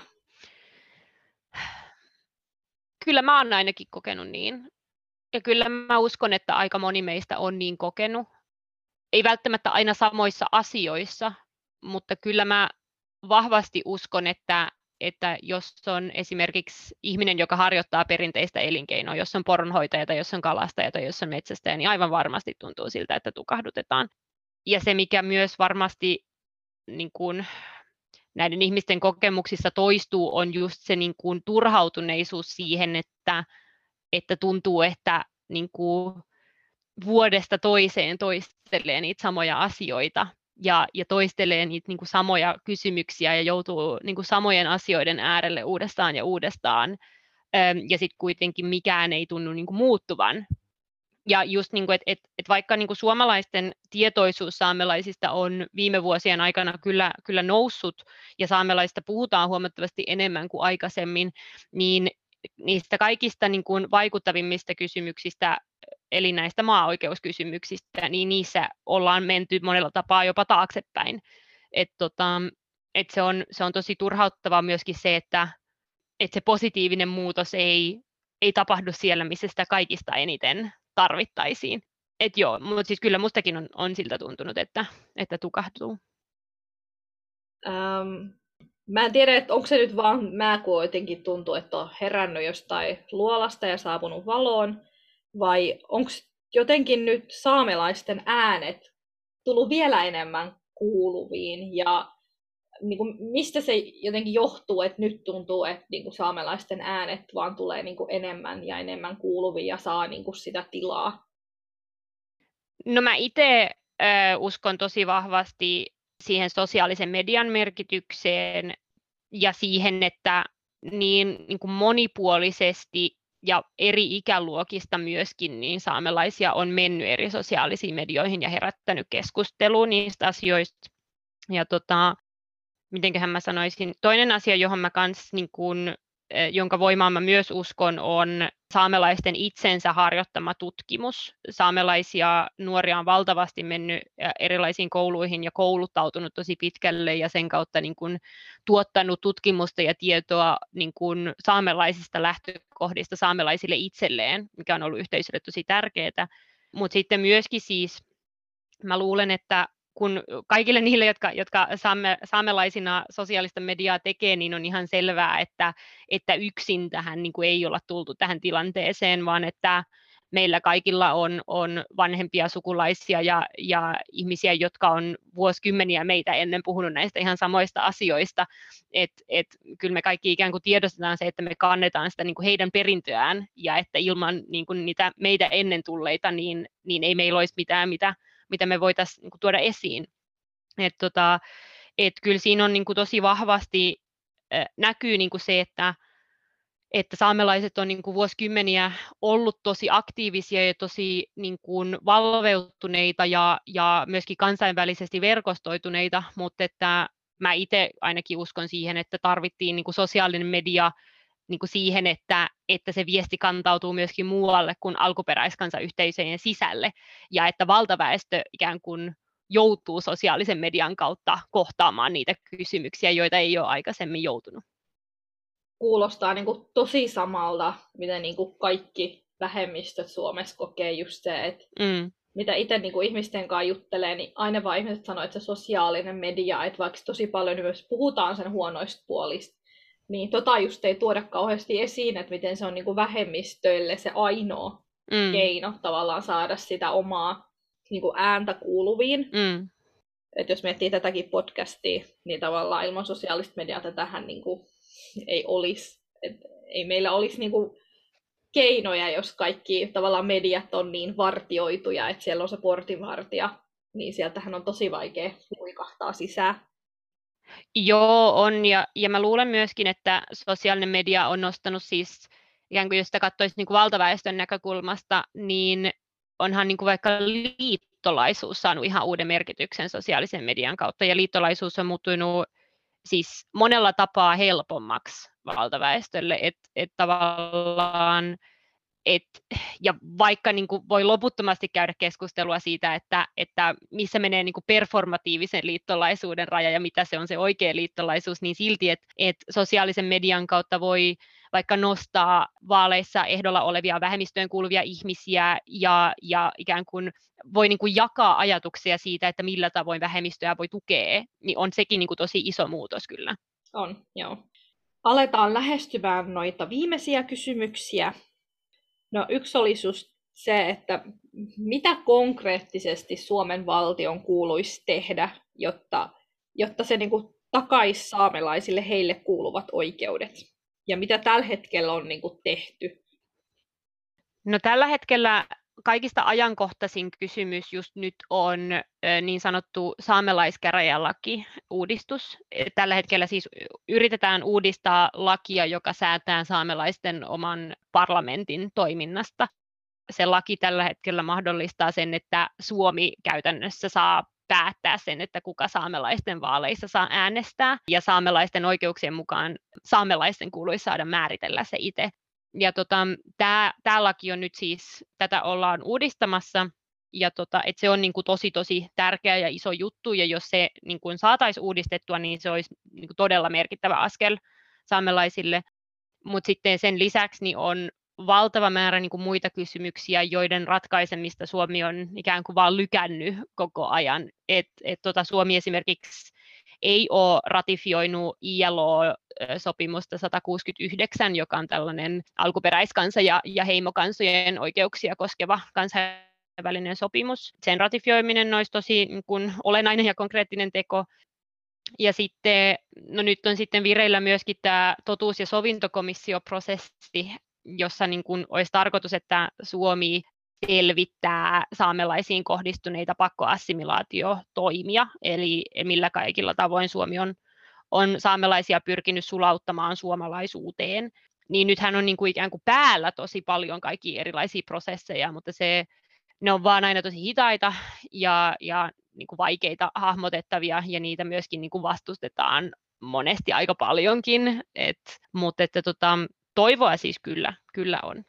Kyllä mä oon ainakin kokenut niin. Ja kyllä mä uskon, että aika moni meistä on niin kokenut. Ei välttämättä aina samoissa asioissa, mutta kyllä mä vahvasti uskon, että että jos on esimerkiksi ihminen, joka harjoittaa perinteistä elinkeinoa, jos on poronhoitaja tai jos on kalastaja tai jos on metsästäjä, niin aivan varmasti tuntuu siltä, että tukahdutetaan. Ja se, mikä myös varmasti niin kuin näiden ihmisten kokemuksissa toistuu, on just se niin kuin turhautuneisuus siihen, että, että tuntuu, että niin kuin vuodesta toiseen toistelee niitä samoja asioita. Ja, ja toistelee niitä niin kuin samoja kysymyksiä ja joutuu niin kuin samojen asioiden äärelle uudestaan ja uudestaan. Ja sitten kuitenkin mikään ei tunnu niin kuin muuttuvan. Ja just niin kuin, että et, et vaikka niin kuin suomalaisten tietoisuus saamelaisista on viime vuosien aikana kyllä, kyllä noussut ja saamelaisista puhutaan huomattavasti enemmän kuin aikaisemmin, niin niistä kaikista niin kuin vaikuttavimmista kysymyksistä, eli näistä maa-oikeuskysymyksistä, niin niissä ollaan menty monella tapaa jopa taaksepäin. Et tota, et se, on, se on tosi turhauttavaa myöskin se, että et se positiivinen muutos ei, ei tapahdu siellä, missä sitä kaikista eniten tarvittaisiin. Et joo, mutta siis kyllä mustakin on, on siltä tuntunut, että, että tukahtuu. Ähm, mä en tiedä, että onko se nyt vaan mä, kun jotenkin tuntuu, että on herännyt jostain luolasta ja saapunut valoon, vai onko jotenkin nyt saamelaisten äänet tullut vielä enemmän kuuluviin, ja niin kuin, mistä se jotenkin johtuu, että nyt tuntuu, että niin kuin saamelaisten äänet vaan tulee niin kuin enemmän ja enemmän kuuluviin ja saa niin kuin sitä tilaa? No mä itse äh, uskon tosi vahvasti siihen sosiaalisen median merkitykseen ja siihen, että niin, niin kuin monipuolisesti ja eri ikäluokista myöskin niin saamelaisia on mennyt eri sosiaalisiin medioihin ja herättänyt keskustelua niistä asioista. Ja tota, mitenköhän mä sanoisin, toinen asia, johon mä kans, niin kun, jonka voimaan mä myös uskon, on saamelaisten itsensä harjoittama tutkimus. Saamelaisia nuoria on valtavasti mennyt erilaisiin kouluihin ja kouluttautunut tosi pitkälle ja sen kautta niin kun, tuottanut tutkimusta ja tietoa niin kun, saamelaisista lähtökohdista saamelaisille itselleen, mikä on ollut yhteisölle tosi tärkeää. Mutta sitten myöskin siis, mä luulen, että kun kaikille niille, jotka, jotka saame, saamelaisina sosiaalista mediaa tekee, niin on ihan selvää, että, että yksin tähän niin kuin ei olla tultu tähän tilanteeseen, vaan että meillä kaikilla on, on vanhempia sukulaisia ja, ja ihmisiä, jotka on vuosikymmeniä meitä ennen puhunut näistä ihan samoista asioista. Et, et, kyllä me kaikki ikään kuin tiedostetaan se, että me kannetaan sitä niin kuin heidän perintöään ja että ilman niin kuin niitä meitä ennen tulleita, niin, niin ei meillä olisi mitään, mitä mitä me voitaisiin niin kuin tuoda esiin. Et tota, et kyllä siinä on niin kuin tosi vahvasti äh, näkyy niin kuin se, että, että saamelaiset on niin kuin vuosikymmeniä ollut tosi aktiivisia ja tosi niin kuin valveutuneita ja, ja myöskin kansainvälisesti verkostoituneita, mutta että mä itse ainakin uskon siihen, että tarvittiin niin kuin sosiaalinen media niin kuin siihen, että, että se viesti kantautuu myöskin muualle kuin alkuperäiskansayhteisöjen sisälle, ja että valtaväestö ikään kuin joutuu sosiaalisen median kautta kohtaamaan niitä kysymyksiä, joita ei ole aikaisemmin joutunut. kuulostaa niin kuin tosi samalta, miten niin kuin kaikki vähemmistöt Suomessa kokee just se, että Mm. mitä itse niin kuin ihmisten kanssa juttelee, niin aina vaan ihmiset sanoo, että se sosiaalinen media, että vaikka tosi paljon myös puhutaan sen huonoista puolista, niin tota just ei tuoda kauheasti esiin, että miten se on niin kuin vähemmistöille se ainoa mm. keino tavallaan saada sitä omaa niin kuin ääntä kuuluviin. Mm. Että jos miettii tätäkin podcastia, niin tavallaan ilman sosiaalista mediaa tätähän niin kuin ei olisi. Et ei meillä olisi niin kuin keinoja, jos kaikki tavallaan mediat on niin vartioituja, että siellä on se portinvartija, niin sieltähän on tosi vaikea luikahtaa sisään. Joo, on. Ja, ja mä luulen myöskin, että sosiaalinen media on nostanut siis, ikään kuin jos sitä katsoisi niin kuin valtaväestön näkökulmasta, niin onhan niin kuin vaikka liittolaisuus saanut ihan uuden merkityksen sosiaalisen median kautta. Ja liittolaisuus on muuttunut siis monella tapaa helpommaksi valtaväestölle, että et tavallaan Et, ja vaikka niin kuin voi loputtomasti käydä keskustelua siitä, että, että missä menee niin kuin performatiivisen liittolaisuuden raja ja mitä se on se oikea liittolaisuus, niin silti, että, että sosiaalisen median kautta voi vaikka nostaa vaaleissa ehdolla olevia vähemmistöön kuuluvia ihmisiä ja, ja ikään kuin voi niin kuin jakaa ajatuksia siitä, että millä tavoin vähemmistöä voi tukea, niin on sekin niin kuin tosi iso muutos kyllä. On, joo. Aletaan lähestymään noita viimeisiä kysymyksiä. No yksi oli just se, että mitä konkreettisesti Suomen valtion kuuluisi tehdä, jotta, jotta se niin kuin takaisi saamelaisille heille kuuluvat oikeudet? Ja mitä tällä hetkellä on niin kuin tehty? No tällä hetkellä kaikista ajankohtaisin kysymys just nyt on niin sanottu saamelaiskäräjälaki-uudistus. Tällä hetkellä siis yritetään uudistaa lakia, joka säätää saamelaisten oman parlamentin toiminnasta. Se laki tällä hetkellä mahdollistaa sen, että Suomi käytännössä saa päättää sen, että kuka saamelaisten vaaleissa saa äänestää. Ja saamelaisten oikeuksien mukaan saamelaisten kuuluisi saada määritellä se itse. Ja tota, tämä laki on nyt siis, tätä ollaan uudistamassa, ja tota, et se on niinku tosi tosi tärkeä ja iso juttu, ja jos se niinku saataisiin uudistettua, niin se olisi niinku todella merkittävä askel saamelaisille. Mutta sitten sen lisäksi niin on valtava määrä niinku muita kysymyksiä, joiden ratkaisemista Suomi on ikään kuin vaan lykännyt koko ajan. Et, et tota, Suomi esimerkiksi ei ole ratifioinut I L O-sopimusta sata kuusikymmentäyhdeksän, joka on tällainen alkuperäiskansa- ja, ja heimokansojen oikeuksia koskeva kansainvälinen sopimus. Sen ratifioiminen olisi tosi niin kuin, olennainen ja konkreettinen teko. Ja sitten, no nyt on sitten vireillä myöskin tämä totuus- ja sovintokomissioprosessi, jossa niin kuin olisi tarkoitus, että Suomi selvittää saamelaisiin kohdistuneita pakkoassimilaatiotoimia, eli millä kaikilla tavoin Suomi on, on saamelaisia pyrkinyt sulauttamaan suomalaisuuteen. Niin nythän on niin kuin ikään kuin päällä tosi paljon kaikkia erilaisia prosesseja, mutta se, ne on vaan aina tosi hitaita ja, ja niin kuin vaikeita hahmotettavia, ja niitä myöskin niin kuin vastustetaan monesti aika paljonkin, Et, mutta että, tota, toivoa siis kyllä, kyllä on.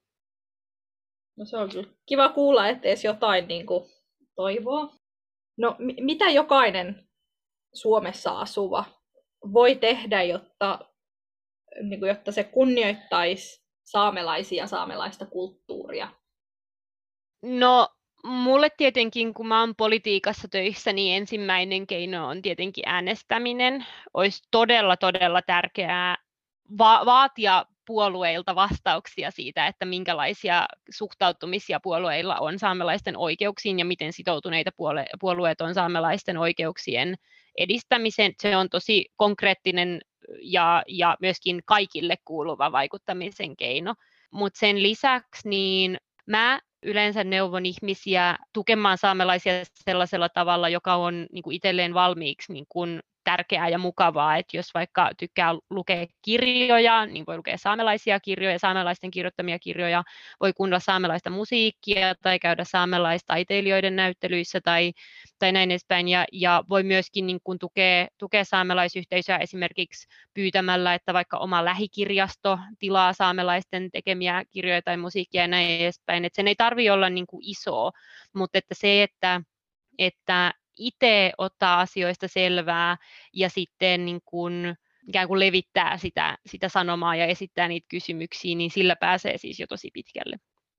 No se on kyllä kiva kuulla, että edes jotain niin kuin toivoa. No m- mitä jokainen Suomessa asuva voi tehdä, jotta, niin kuin, jotta se kunnioittaisi saamelaisia ja saamelaista kulttuuria? No mulle tietenkin, kun mä oon politiikassa töissä, niin ensimmäinen keino on tietenkin äänestäminen. Olisi todella, todella tärkeää va- vaatia puolueilta vastauksia siitä, että minkälaisia suhtautumisia puolueilla on saamelaisten oikeuksiin ja miten sitoutuneita puolue- puolueet on saamelaisten oikeuksien edistämiseen. Se on tosi konkreettinen ja, ja myöskin kaikille kuuluva vaikuttamisen keino. Mutta sen lisäksi niin mä yleensä neuvon ihmisiä tukemaan saamelaisia sellaisella tavalla, joka on niin kuin itselleen valmiiksi niin kuin tärkeää ja mukavaa, että jos vaikka tykkää lukea kirjoja, niin voi lukea saamelaisia kirjoja, saamelaisten kirjoittamia kirjoja, voi kuunnella saamelaista musiikkia tai käydä saamelaistaiteilijoiden näyttelyissä tai, tai näin edespäin, ja, ja voi myöskin niin kuin tukea, tukea saamelaisyhteisöä esimerkiksi pyytämällä, että vaikka oma lähikirjasto tilaa saamelaisten tekemiä kirjoja tai musiikkia ja näin edespäin, että sen ei tarvitse olla niin kuin iso, mutta että se, että, että itse ottaa asioista selvää ja sitten niin kuin ikään kuin levittää sitä, sitä sanomaa ja esittää niitä kysymyksiä, niin sillä pääsee siis jo tosi pitkälle.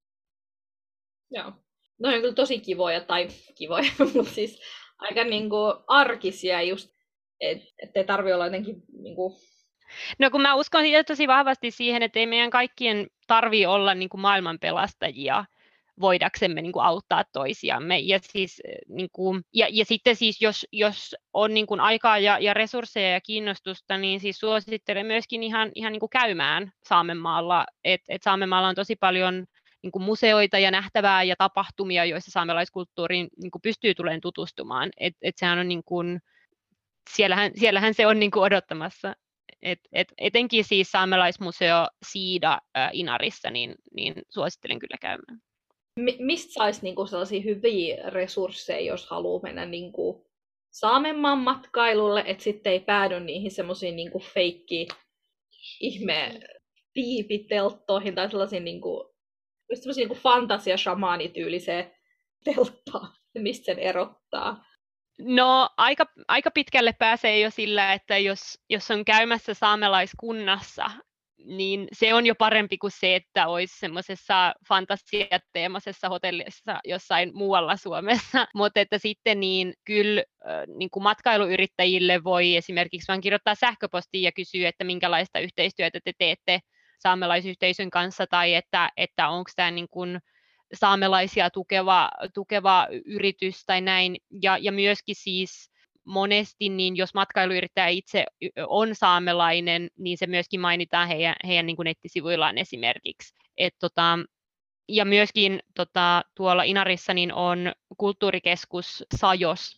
Joo. No on kyllä tosi kivoja, tai kivoja, mutta siis aika niinku arkisia just, että et ei tarvitse olla jotenkin niinku... No kun mä uskon tosi vahvasti siihen, että ei meidän kaikkien tarvitse olla niinku maailmanpelastajia voidaksemme niin kuin auttaa toisiamme. Ja, siis, niin kuin, ja, ja sitten siis, jos, jos on niin kuin aikaa ja, ja resursseja ja kiinnostusta, niin siis suosittelen myöskin ihan, ihan niin kuin käymään Saamenmaalla. Et, et Saamenmaalla on tosi paljon niin kuin museoita ja nähtävää ja tapahtumia, joissa saamelaiskulttuuriin niin kuin pystyy tulemaan tutustumaan. Et, et sehän on niin kuin, siellähän, siellähän se on niin kuin odottamassa. Et, et, etenkin siis saamelaismuseo Siida ää, Inarissa, niin, niin suosittelen kyllä käymään. Mistä saisi niinku sellaisia hyviä resursseja, jos haluaa mennä niinku Saamenmaan matkailulle, että sitten ei päädy niihin semmoisiin niinku feikki ihme tiipitelttoihin tai sellaisiin niinku, niinku fantasia-shamaanityyliseen telttaan, mistä sen erottaa? No aika, aika pitkälle pääsee jo sillä, että jos, jos on käymässä saamelaiskunnassa, niin se on jo parempi kuin se, että olisi semmoisessa fantasiateemaisessa hotellissa jossain muualla Suomessa. Mutta että sitten niin kyllä niin kuin matkailuyrittäjille voi esimerkiksi vaan kirjoittaa sähköpostiin ja kysyä, että minkälaista yhteistyötä te teette saamelaisyhteisön kanssa tai että, että onko tämä niin kuin saamelaisia tukeva, tukeva yritys tai näin. Ja, ja myöskin siis monesti, niin jos matkailuyrittäjä itse on saamelainen, niin se myöskin mainitaan heidän, heidän niin kuin nettisivuillaan esimerkiksi. Et tota, ja myöskin tota, tuolla Inarissa niin on kulttuurikeskus Sajos,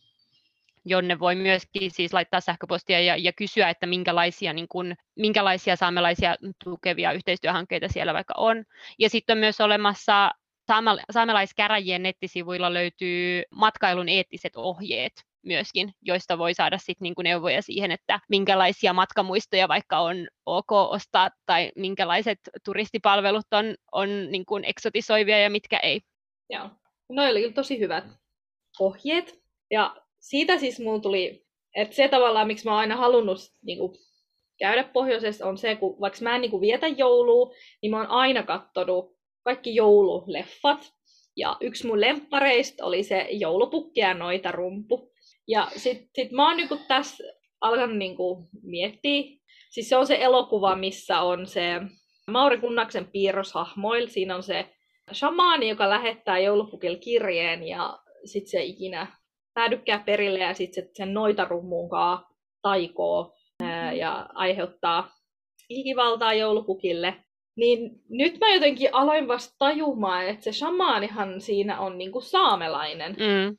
jonne voi myöskin siis laittaa sähköpostia ja, ja kysyä, että minkälaisia, niin kuin, minkälaisia saamelaisia tukevia yhteistyöhankkeita siellä vaikka on. Ja sitten on myös olemassa saamelaiskäräjien nettisivuilla löytyy matkailun eettiset ohjeet myöskin, joista voi saada sit niinku neuvoja siihen, että minkälaisia matkamuistoja vaikka on ok ostaa tai minkälaiset turistipalvelut on, on niinku eksotisoivia ja mitkä ei. Joo. No oli kyllä tosi hyvät ohjeet. Ja siitä siis mulla tuli, että se tavallaan, miksi mä oon aina halunnut niinku käydä pohjoisessa, on se, kun vaikka mä en niinku vietä joulua, niin mä oon aina katsonut kaikki joululeffat. Ja yksi mun lemppareista oli se Joulupukki ja Noitarumpu. Ja sit, sit mä oon niinku tässä alkanut niinku miettiä. Siis se on se elokuva, missä on se Mauri Kunnaksen piirroshahmoil. Siinä on se shamaani, joka lähettää joulupukille kirjeen ja sit se ikinä päädykää perille ja sit se sen Noitarummuun kaa taikoo ää, ja aiheuttaa ikivaltaa joulupukille. Niin nyt mä jotenkin aloin vasta tajumaan, että se shamaanihan siinä on niinku saamelainen. Mm.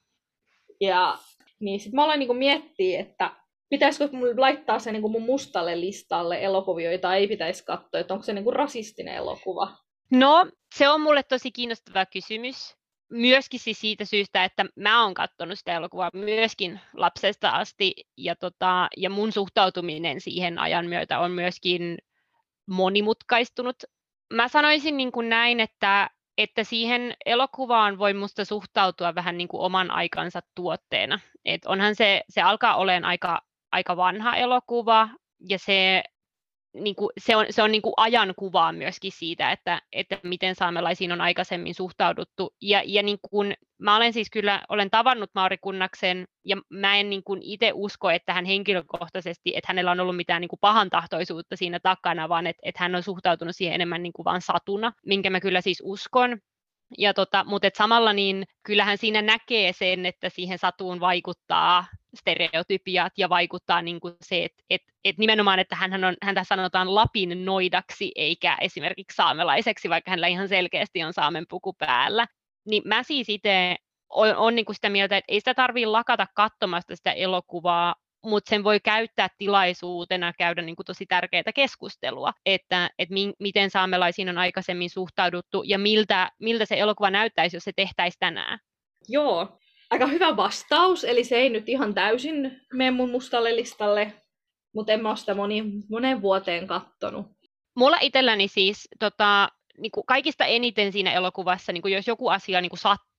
Ja niin sit mä aloin niinku miettiä, että pitäisikö mun laittaa se niinku mun mustalle listalle elokuvia, joita ei pitäisi katsoa, että onko se niinku rasistinen elokuva? No, se on mulle tosi kiinnostava kysymys. Myöskin siis siitä syystä, että mä oon katsonut sitä elokuvaa myöskin lapsesta asti, ja, tota, ja mun suhtautuminen siihen ajan myötä on myöskin monimutkaistunut. Mä sanoisin niin kuin näin, että, että siihen elokuvaan voi musta suhtautua vähän niin kuin oman aikansa tuotteena. Et onhan se, se alkaa olemaan aika, aika vanha elokuva, ja se, niin kuin, se on, se on niin kuin ajankuvaa myöskin siitä, että, että miten saamelaisiin on aikaisemmin suhtauduttu. Ja, ja niin kuin, mä olen siis kyllä olen tavannut Mauri Kunnaksen, ja mä en niin kuin itse usko, että hän henkilökohtaisesti, että hänellä on ollut mitään niin kuin pahantahtoisuutta siinä takana, vaan että, että hän on suhtautunut siihen enemmän niin kuin vaan satuna, minkä mä kyllä siis uskon. Ja tota, mutta et samalla niin kyllähän siinä näkee sen, että siihen satuun vaikuttaa stereotypiat ja vaikuttaa niin kuin se, että et, et nimenomaan, että hänhän on, häntä sanotaan Lapin noidaksi eikä esimerkiksi saamelaiseksi, vaikka hänellä ihan selkeästi on saamen puku päällä. Niin mä siis itse on, on niin kuin sitä mieltä, että ei sitä tarvitse lakata katsomasta sitä elokuvaa, mutta sen voi käyttää tilaisuutena käydä niin kuin tosi tärkeää keskustelua, että, että mi- miten saamelaisiin on aikaisemmin suhtauduttu ja miltä, miltä se elokuva näyttäisi, jos se tehtäisiin tänään. Joo, aika hyvä vastaus, eli se ei nyt ihan täysin mene mun mustalle listalle, mutta en mä ole sitä moni, monen vuoteen kattonut. Mulla itselläni siis tota, niin kuin kaikista eniten siinä elokuvassa, niin kuin jos joku asia niin kuin sattuu,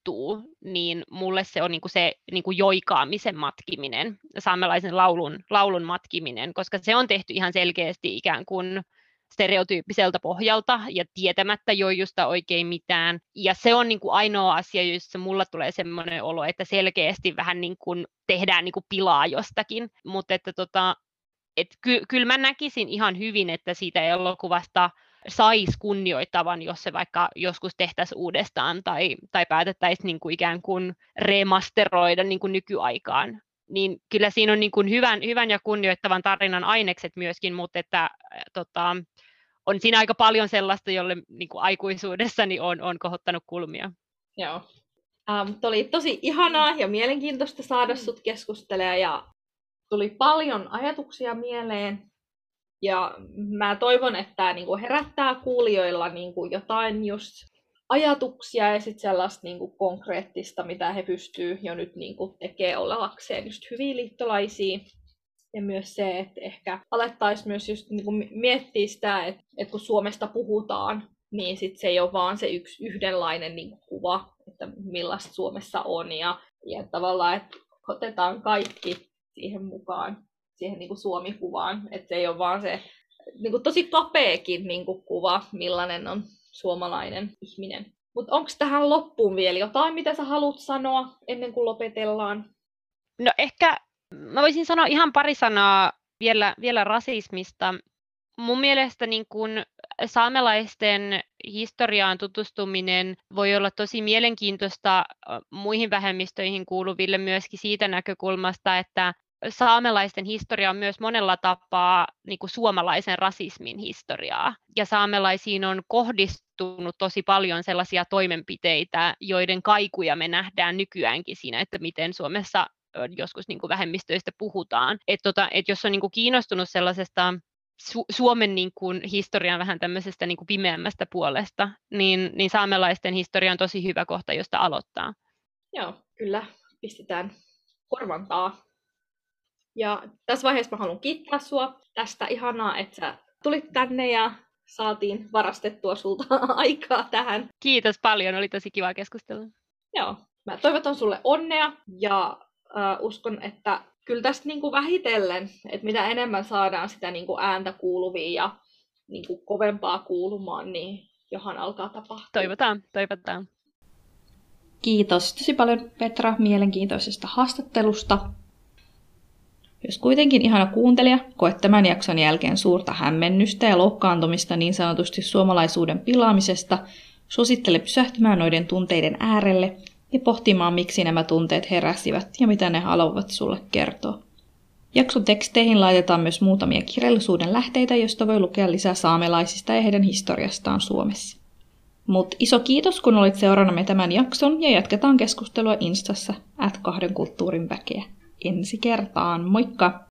muuttuu, niin mulle se on niinku se niinku joikaamisen matkiminen, saamelaisen laulun, laulun matkiminen, koska se on tehty ihan selkeästi ikään kuin stereotyyppiseltä pohjalta ja tietämättä joijusta oikein mitään. Ja se on niin kuin ainoa asia, jossa mulla tulee semmoinen olo, että selkeästi vähän niin kuin tehdään niin kuin pilaa jostakin. Mutta että tota, et ky- kyllä mä näkisin ihan hyvin, että siitä elokuvasta saisi kunnioittavan, jos se vaikka joskus tehtäisiin uudestaan tai, tai päätettäisiin niin kuin ikään kuin remasteroida niin kuin nykyaikaan. Niin kyllä siinä on niin kuin hyvän, hyvän ja kunnioittavan tarinan ainekset myöskin, mutta että, tota, on siinä aika paljon sellaista, jolle niin kuin aikuisuudessani on, on kohottanut kulmia. Joo. Ähm, oli tosi ihanaa ja mielenkiintoista saada sut keskustelemaan ja tuli paljon ajatuksia mieleen. Ja mä toivon, että tämä niin kuin herättää kuulijoilla niin kuin jotain just ajatuksia ja sitten sellaista niin kuin konkreettista, mitä he pystyvät jo nyt niin kuin tekemään ollakseen just hyviä liittolaisia. Ja myös se, että ehkä alettaisiin myös just niin kuin miettiä sitä, että, että kun Suomesta puhutaan, niin sit se ei ole vaan se yksi yhdenlainen niin kuin kuva, että millaista Suomessa on. Ja, ja tavallaan, että otetaan kaikki siihen mukaan, siihen niin kuin Suomi-kuvaan. Että se ei ole vaan se niin kuin tosi kapeakin niin kuin kuva, millainen on suomalainen ihminen. Mutta onko tähän loppuun vielä jotain, mitä sä haluat sanoa ennen kuin lopetellaan? No ehkä mä voisin sanoa ihan pari sanaa vielä, vielä rasismista. Mun mielestä niin kun saamelaisten historiaan tutustuminen voi olla tosi mielenkiintoista muihin vähemmistöihin kuuluville myöskin siitä näkökulmasta, että saamelaisten historia on myös monella tapaa niin kuin suomalaisen rasismin historiaa. Ja saamelaisiin on kohdistunut tosi paljon sellaisia toimenpiteitä, joiden kaikuja me nähdään nykyäänkin siinä, että miten Suomessa joskus niin kuin vähemmistöistä puhutaan. Et tota, et jos on niin kuin kiinnostunut sellaisesta Su- Suomen niin kuin historian vähän tämmöisestä niin kuin pimeämmästä puolesta, niin, niin saamelaisten historia on tosi hyvä kohta, josta aloittaa. Joo, kyllä. Pistetään korvantaa. Ja tässä vaiheessa mä haluan kiittää sua tästä. Ihanaa, että sä tulit tänne ja saatiin varastettua sulta aikaa tähän. Kiitos paljon, oli tosi kiva keskustella. Joo, mä toivotan sulle onnea ja äh, uskon, että kyllä tästä niin kuin vähitellen, että mitä enemmän saadaan sitä niin kuin ääntä kuuluviin ja niin kuin kovempaa kuulumaan, niin johan alkaa tapahtua. Toivotaan, toivotaan. Kiitos tosi paljon Petra mielenkiintoisesta haastattelusta. Jos kuitenkin ihana kuuntelija koet tämän jakson jälkeen suurta hämmennystä ja loukkaantumista niin sanotusti suomalaisuuden pilaamisesta, suosittele pysähtymään noiden tunteiden äärelle ja pohtimaan, miksi nämä tunteet heräsivät ja mitä ne haluavat sulle kertoa. Jakson teksteihin laitetaan myös muutamia kirjallisuuden lähteitä, joista voi lukea lisää saamelaisista ja heidän historiastaan Suomessa. Mut iso kiitos, kun olit seuranamme tämän jakson ja jatketaan keskustelua Instassa at kahden kulttuurin väkeä. Ensi kertaan, moikka!